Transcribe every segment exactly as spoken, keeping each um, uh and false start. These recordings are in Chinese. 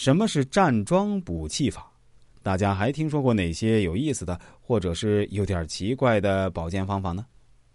什么是站桩补气法？大家还听说过哪些有意思的，或者是有点奇怪的保健方法呢？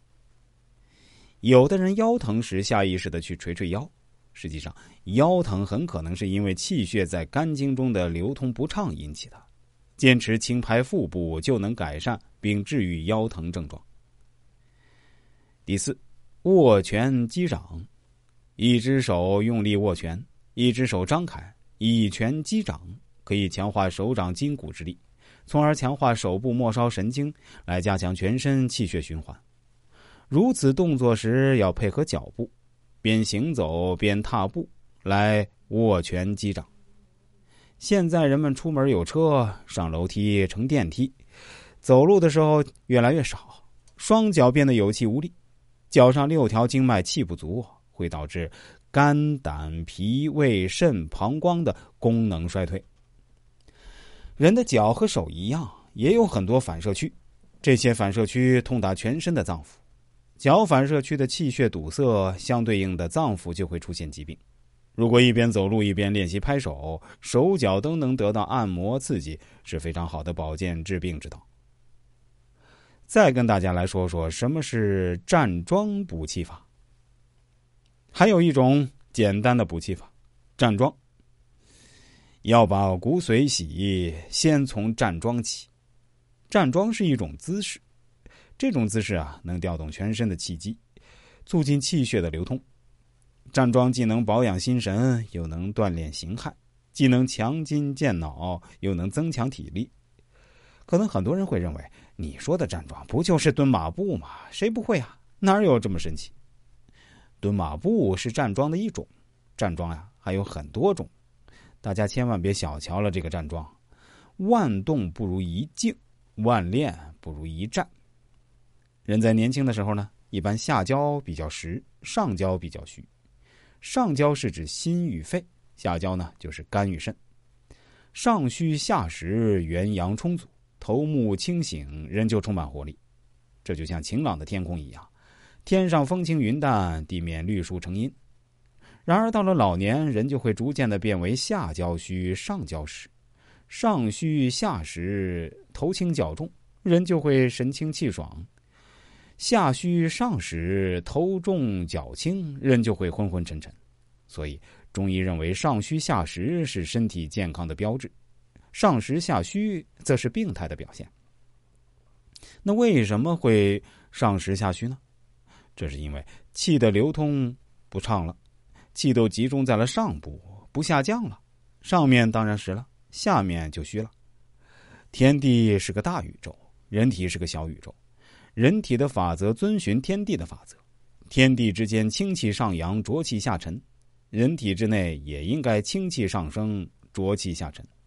有的人腰疼时下意识的去捶捶腰，实际上腰疼很可能是因为气血在肝经中的流通不畅引起的。坚持轻拍腹部就能改善并治愈腰疼症状。第四，握拳击掌，一只手用力握拳，一只手张开，以拳击掌，可以强化手掌筋骨之力，从而强化手部末梢神经，来加强全身气血循环。如此动作时要配合脚步，边行走边踏步来握拳击掌。现在人们出门有车，上楼梯乘电梯，走路的时候越来越少，双脚变得有气无力，脚上六条经脉气不足，会导致肝胆脾胃肾膀胱的功能衰退。人的脚和手一样，也有很多反射区，这些反射区通达全身的脏腑，脚反射区的气血堵塞，相对应的脏腑就会出现疾病。如果一边走路一边练习拍手，手脚都能得到按摩刺激，是非常好的保健治病之道。再跟大家来说说什么是站桩补气法。还有一种简单的补气法，站桩。要把骨髓洗，先从站桩起。站桩是一种姿势，这种姿势啊，能调动全身的气机，促进气血的流通。站桩既能保养心神，又能锻炼形骸，既能强筋健脑，又能增强体力。可能很多人会认为，你说的站桩不就是蹲马步吗？谁不会啊？哪有这么神奇？蹲马步是站桩的一种，站桩呀还有很多种，大家千万别小瞧了这个站桩。万动不如一静，万练不如一站。人在年轻的时候呢，一般下焦比较实，上焦比较虚。上焦是指心与肺，下焦呢就是肝与肾。上虚下实，元阳充足，头目清醒，人就充满活力。这就像晴朗的天空一样，天上风轻云淡，地面绿树成荫。然而到了老年，人就会逐渐的变为下焦虚，上焦实。上虚下实，头轻脚重，人就会神清气爽。下虚上实，头重脚轻，人就会昏昏沉沉。所以中医认为上虚下实是身体健康的标志，上实下虚则是病态的表现。那为什么会上实下虚呢？这是因为气的流通不畅了，气都集中在了上部，不下降了，上面当然实了，下面就虚了。天地是个大宇宙，人体是个小宇宙，人体的法则遵循天地的法则，天地之间清气上扬，浊气下沉，人体之内也应该清气上升，浊气下沉。